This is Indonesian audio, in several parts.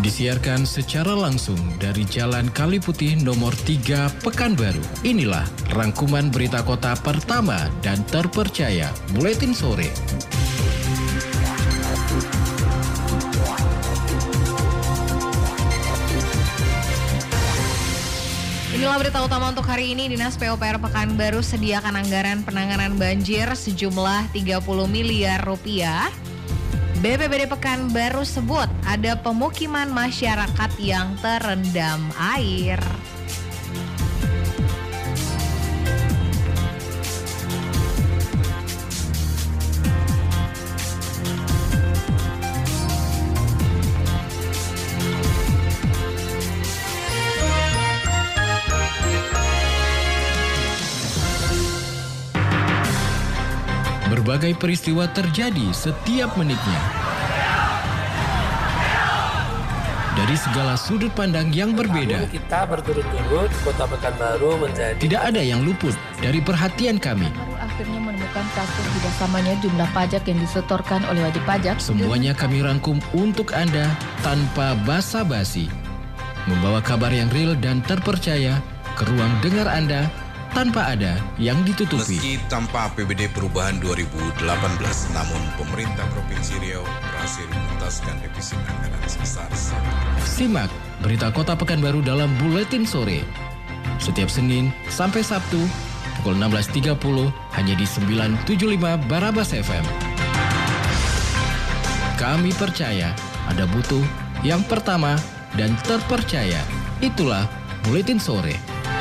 Disiarkan secara langsung dari Jalan Kali Putih nomor 3 Pekanbaru. Inilah rangkuman berita kota pertama dan terpercaya Buletin Sore. Inilah berita utama untuk hari ini. Dinas PUPR Pekanbaru sediakan anggaran penanganan banjir sejumlah 30 miliar rupiah. BPBD Pekanbaru sebut ada pemukiman masyarakat yang terendam air. Berbagai peristiwa terjadi setiap menitnya. Dari segala sudut pandang yang berbeda. Kita berturut-turut Kota Pekanbaru menjadi... Tidak ada yang luput dari perhatian kami. Akhirnya menemukan kasus tidak samanya jumlah pajak yang disetorkan oleh wajib pajak. Semuanya kami rangkum untuk Anda tanpa basa-basi. Membawa kabar yang real dan terpercaya ke ruang dengar Anda tanpa ada yang ditutupi. Meski tanpa APBD perubahan 2018, namun pemerintah Provinsi Riau berhasil menuntaskan defisit anggaran sebesar. Simak berita Kota Pekanbaru dalam Buletin Sore. Setiap Senin sampai Sabtu pukul 16.30 hanya di 975 Barabas FM. Kami percaya Anda butuh yang pertama dan terpercaya. Itulah Buletin Sore.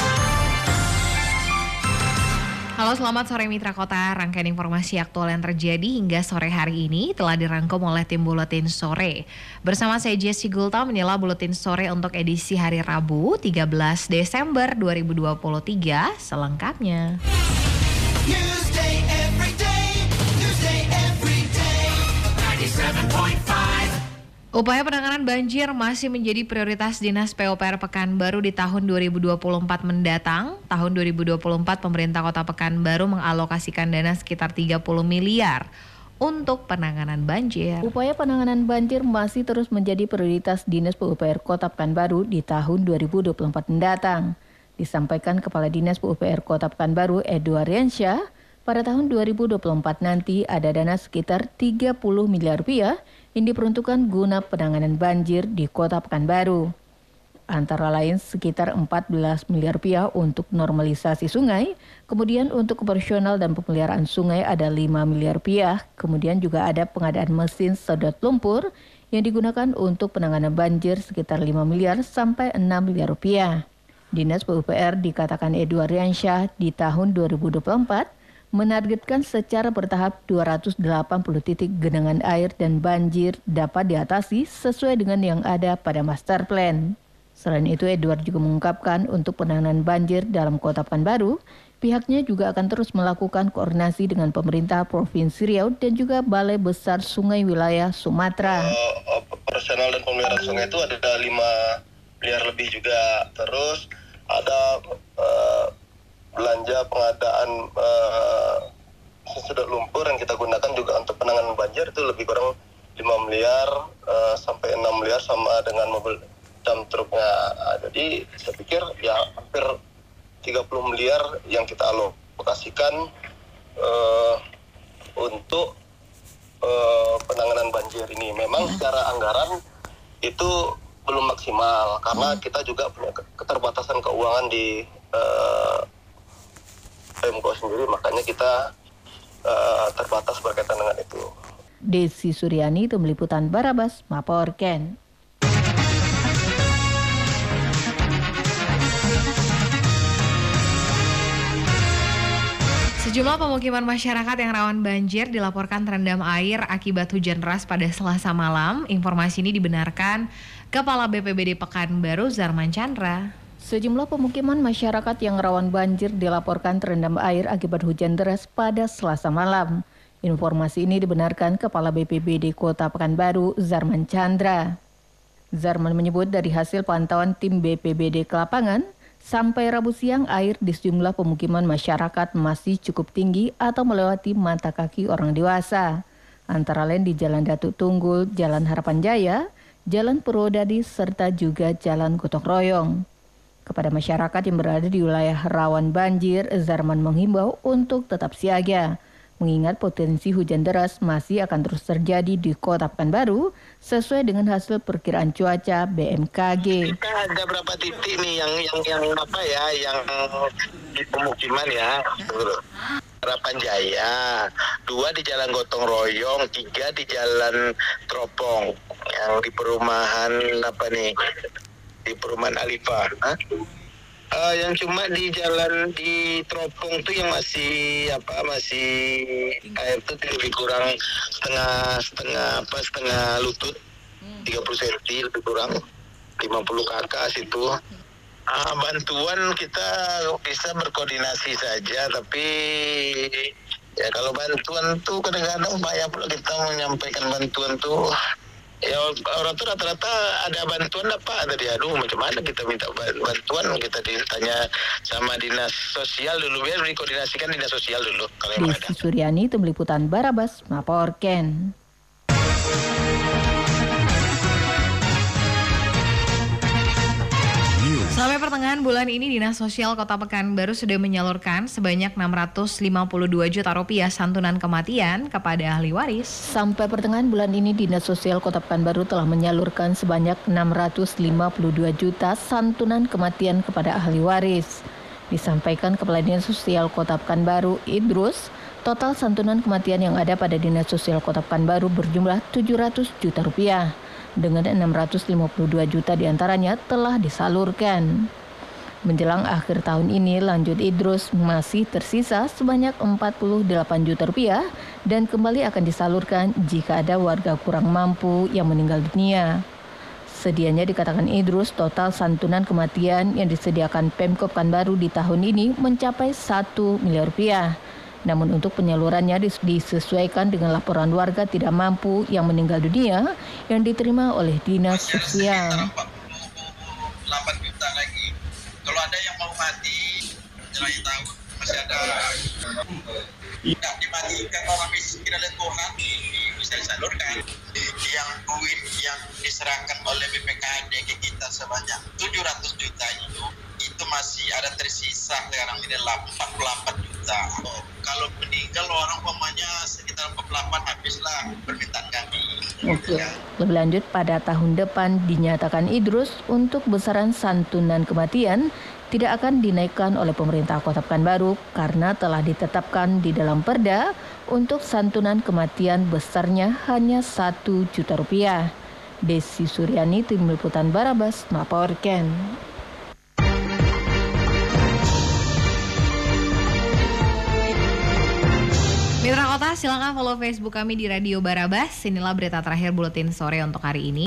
Halo, selamat sore Mitra Kota. Rangkaian informasi aktual yang terjadi hingga sore hari ini telah dirangkum oleh tim Buletin Sore. Bersama saya Jessi Gulta menyimak Buletin Sore untuk edisi hari Rabu 13 Desember 2023 selengkapnya. Newsday everyday, Newsday everyday, 97.5. Upaya penanganan banjir masih menjadi prioritas Dinas PUPR Pekanbaru di tahun 2024 mendatang. Tahun 2024 pemerintah Kota Pekanbaru mengalokasikan dana sekitar 30 miliar untuk penanganan banjir. Upaya penanganan banjir masih terus menjadi prioritas Dinas PUPR Kota Pekanbaru di tahun 2024 mendatang. Disampaikan Kepala Dinas PUPR Kota Pekanbaru Edward Riansyah, pada tahun 2024 nanti ada dana sekitar 30 miliar rupiah yang diperuntukkan guna penanganan banjir di Kota Pekanbaru. Antara lain sekitar 14 miliar rupiah untuk normalisasi sungai, kemudian untuk operasional dan pemeliharaan sungai ada 5 miliar rupiah, kemudian juga ada pengadaan mesin sedot lumpur yang digunakan untuk penanganan banjir sekitar 5 miliar sampai 6 miliar rupiah. Dinas PUPR dikatakan Edward Riansyah di tahun 2024 menargetkan secara bertahap 280 titik genangan air dan banjir dapat diatasi sesuai dengan yang ada pada master plan. Selain itu, Edward juga mengungkapkan untuk penanganan banjir dalam Kota Pekanbaru, pihaknya juga akan terus melakukan koordinasi dengan pemerintah Provinsi Riau dan juga Balai Besar Sungai Wilayah Sumatera. Operasional dan pemeliharaan sungai itu ada 5 miliar lebih juga. Terus ada belanja pengadaan sedot lumpur yang kita gunakan juga untuk penanganan banjir itu lebih kurang 5 miliar sampai 6 miliar sama dengan mobil dump truknya. Jadi saya pikir ya hampir 30 miliar yang kita alokasikan untuk penanganan banjir ini. Memang secara anggaran itu belum maksimal karena kita juga punya keterbatasan keuangan di Pemko sendiri, makanya kita terbatas berkaitan dengan itu. Desi Suryani, Tim Liputan Barabas, melaporkan. Sejumlah pemukiman masyarakat yang rawan banjir dilaporkan terendam air akibat hujan deras pada Selasa malam. Informasi ini dibenarkan Kepala BPBD Pekanbaru Zarman Chandra. Sejumlah pemukiman masyarakat yang rawan banjir dilaporkan terendam air akibat hujan deras pada Selasa malam. Informasi ini dibenarkan Kepala BPBD Kota Pekanbaru Zarman Chandra. Zarman menyebut dari hasil pantauan tim BPBD ke lapangan, sampai Rabu siang air di sejumlah pemukiman masyarakat masih cukup tinggi atau melewati mata kaki orang dewasa. Antara lain di Jalan Datuk Tunggul, Jalan Harapan Jaya, Jalan Purwodadi, serta juga Jalan Gotong Royong. Kepada masyarakat yang berada di wilayah rawan banjir, Zarman menghimbau untuk tetap siaga, mengingat potensi hujan deras masih akan terus terjadi di Kota Pekanbaru sesuai dengan hasil perkiraan cuaca BMKG. Kita ada berapa titik nih yang di pemukiman ya. Harapan Jaya, 2 di Jalan Gotong Royong, 3 di Jalan Teropong, yang di perumahan di perumahan Alifa. Yang cuma di jalan di Teropong tuh yang masih air tuh lebih kurang setengah lutut, 30 cm lebih kurang, 50 kakak situ. Bantuan kita bisa berkoordinasi saja, tapi ya kalau bantuan tuh kadang-kadang banyak pula kita menyampaikan bantuan tuh. Ya orang tuh rata-rata ada bantuan apa tadi, aduh macam mana kita minta bantuan, kita ditanya sama dinas sosial dulu, biar dikoordinasikan dinas sosial dulu kalau yang ada. Desi Suryani, Tim Liputan Barabas melaporkan. Sampai pertengahan bulan ini, Dinas Sosial Kota Pekanbaru sudah menyalurkan sebanyak 652 juta rupiah santunan kematian kepada ahli waris. Sampai pertengahan bulan ini, Dinas Sosial Kota Pekanbaru telah menyalurkan sebanyak 652 juta santunan kematian kepada ahli waris. Disampaikan Kepala Dinas Sosial Kota Pekanbaru, Idrus, total santunan kematian yang ada pada Dinas Sosial Kota Pekanbaru berjumlah 700 juta rupiah. Dengan 652 juta diantaranya telah disalurkan. Menjelang akhir tahun ini, lanjut Idrus, masih tersisa sebanyak 48 juta rupiah dan kembali akan disalurkan jika ada warga kurang mampu yang meninggal dunia. Sedianya dikatakan Idrus, total santunan kematian yang disediakan Pemkab Pekanbaru di tahun ini mencapai 1 miliar rupiah. Namun untuk penyalurannya disesuaikan dengan laporan warga tidak mampu yang meninggal dunia yang diterima oleh Dinas Sosial. 8 juta lagi. Kalau ada yang mau mati, mulai tahun masih ada. Tidak dimatikan orang miskin oleh Tuhan, bisa disalurkan. Yang duit yang diserahkan oleh BPKD ke kita sebanyak 700 juta itu masih ada tersisa sekarang ini 48 juta. Kalau meninggal orang umpamanya sekitar 48 habislah permintaan kami. Oke. Lebih lanjut, pada tahun depan dinyatakan Idrus untuk besaran santunan kematian tidak akan dinaikkan oleh pemerintah Kota Pekanbaru karena telah ditetapkan di dalam Perda untuk santunan kematian besarnya hanya 1 juta rupiah. Desi Suryani, Tim Liputan Barabas melaporkan. Mitra Kota, silakan follow Facebook kami di Radio Barabas. Inilah berita terakhir Buletin Sore untuk hari ini.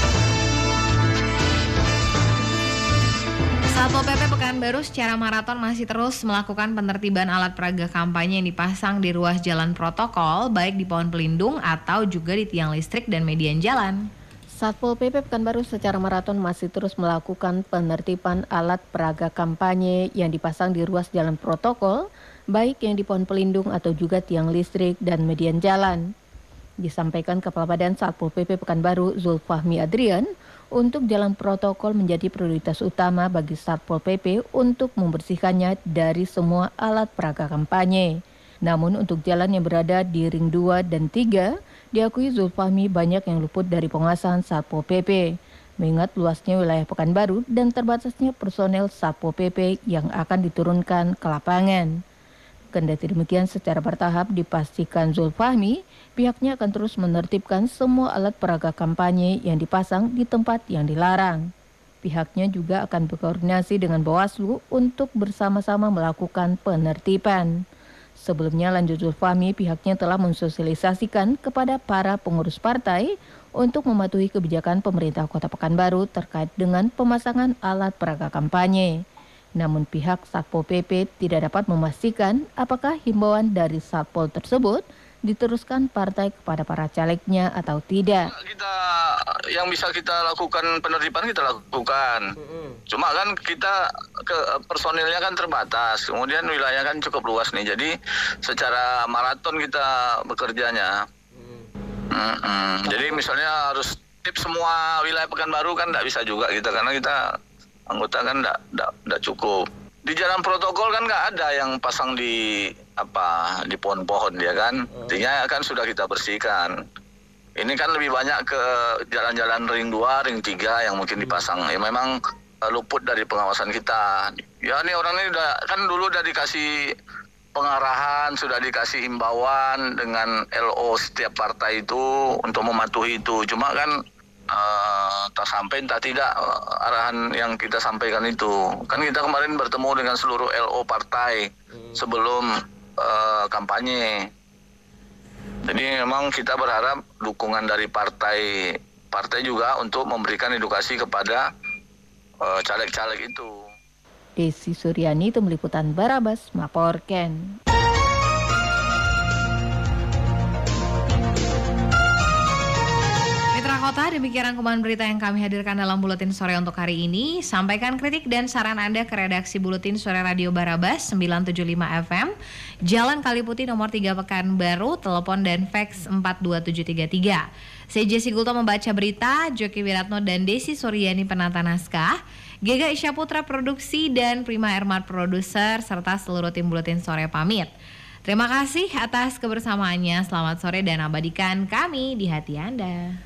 Satpol PP Pekanbaru secara maraton masih terus melakukan penertiban alat peraga kampanye yang dipasang di ruas jalan protokol, baik di pohon pelindung atau juga di tiang listrik dan median jalan. Satpol PP Pekanbaru secara maraton masih terus melakukan penertiban alat peraga kampanye yang dipasang di ruas jalan protokol, baik yang di pohon pelindung atau juga tiang listrik dan median jalan. Disampaikan Kepala Badan Satpol PP Pekanbaru, Zulfahmi Adrian, untuk jalan protokol menjadi prioritas utama bagi Satpol PP untuk membersihkannya dari semua alat peraga kampanye. Namun untuk jalan yang berada di ring 2 dan 3, diakui Zulfahmi banyak yang luput dari pengawasan Satpol PP, mengingat luasnya wilayah Pekanbaru dan terbatasnya personel Satpol PP yang akan diturunkan ke lapangan. Kendati demikian, secara bertahap dipastikan Zulfahmi, pihaknya akan terus menertibkan semua alat peraga kampanye yang dipasang di tempat yang dilarang. Pihaknya juga akan berkoordinasi dengan Bawaslu untuk bersama-sama melakukan penertiban. Sebelumnya, lanjut Zulfahmi, pihaknya telah mensosialisasikan kepada para pengurus partai untuk mematuhi kebijakan pemerintah Kota Pekanbaru terkait dengan pemasangan alat peraga kampanye. Namun pihak Satpol PP tidak dapat memastikan apakah himbauan dari Satpol tersebut diteruskan partai kepada para calegnya atau tidak. Kita yang bisa kita lakukan penertiban kita lakukan. Cuma kan kita personilnya kan terbatas. Kemudian wilayah kan cukup luas nih. Jadi secara maraton kita bekerjanya. Jadi misalnya harus Semua wilayah Pekanbaru kan tidak bisa juga kita, karena kita anggota kan tidak cukup. Di jalan protokol kan nggak ada yang pasang di pohon-pohon dia kan. Artinya kan sudah kita bersihkan. Ini kan lebih banyak ke jalan-jalan ring 2, ring 3 yang mungkin dipasang. Ya memang luput dari pengawasan kita. Ya ini orang ini dulu udah dikasih pengarahan, sudah dikasih himbauan dengan LO setiap partai itu untuk mematuhi itu. Cuma kan tak sampai entah tidak arahan yang kita sampaikan itu. Kan kita kemarin bertemu dengan seluruh LO partai sebelum kampanye. Jadi memang kita berharap dukungan dari partai juga untuk memberikan edukasi kepada caleg-caleg itu. Desi Suryani, Tim Liputan Barabas, melaporkan. Kota, demikian rangkuman berita yang kami hadirkan dalam Buletin Sore untuk hari ini. Sampaikan kritik dan saran Anda ke redaksi Buletin Sore Radio Barabas 975 FM, Jalan Kaliputi nomor 3 Pekanbaru, telepon dan fax 42733. Saya Jessi Gulto membaca berita, Joki Wiratno dan Desi Suryani penata naskah, Gega Isya Putra produksi dan Prima Ermat produser serta seluruh tim Buletin Sore pamit. Terima kasih atas kebersamaannya. Selamat sore dan abadikan kami di hati Anda.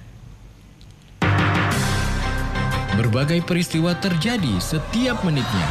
Berbagai peristiwa terjadi setiap menitnya.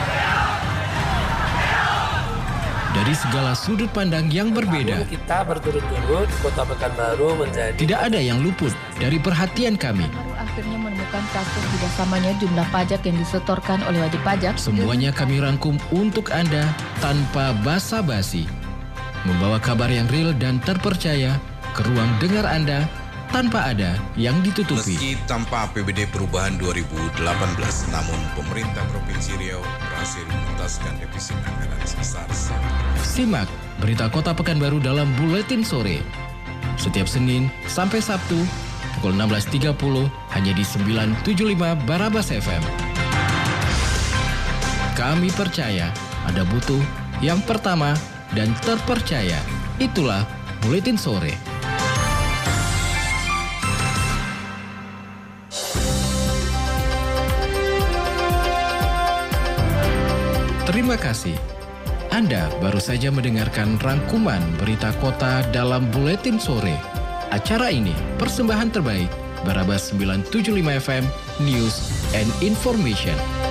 Dari segala sudut pandang yang berbeda. Kita berturut-turut Kota Pekanbaru menjadi. Tidak ada yang luput dari perhatian kami. Akhirnya menemukan kasus tidak samanya jumlah pajak yang disetorkan oleh wajib pajak. Semuanya kami rangkum untuk Anda tanpa basa-basi. Membawa kabar yang real dan terpercaya ke ruang dengar Anda tanpa ada yang ditutupi. Meski tanpa APBD perubahan 2018, namun pemerintah Provinsi Riau berhasil menuntaskan defisit anggaran sebesar. Simak berita Kota Pekanbaru dalam Buletin Sore. Setiap Senin sampai Sabtu pukul 16.30 hanya di 975 Barabas FM. Kami percaya Anda butuh yang pertama dan terpercaya. Itulah Buletin Sore. Terima kasih. Anda baru saja mendengarkan rangkuman berita kota dalam Buletin Sore. Acara ini persembahan terbaik Barabas 975 FM News and Information.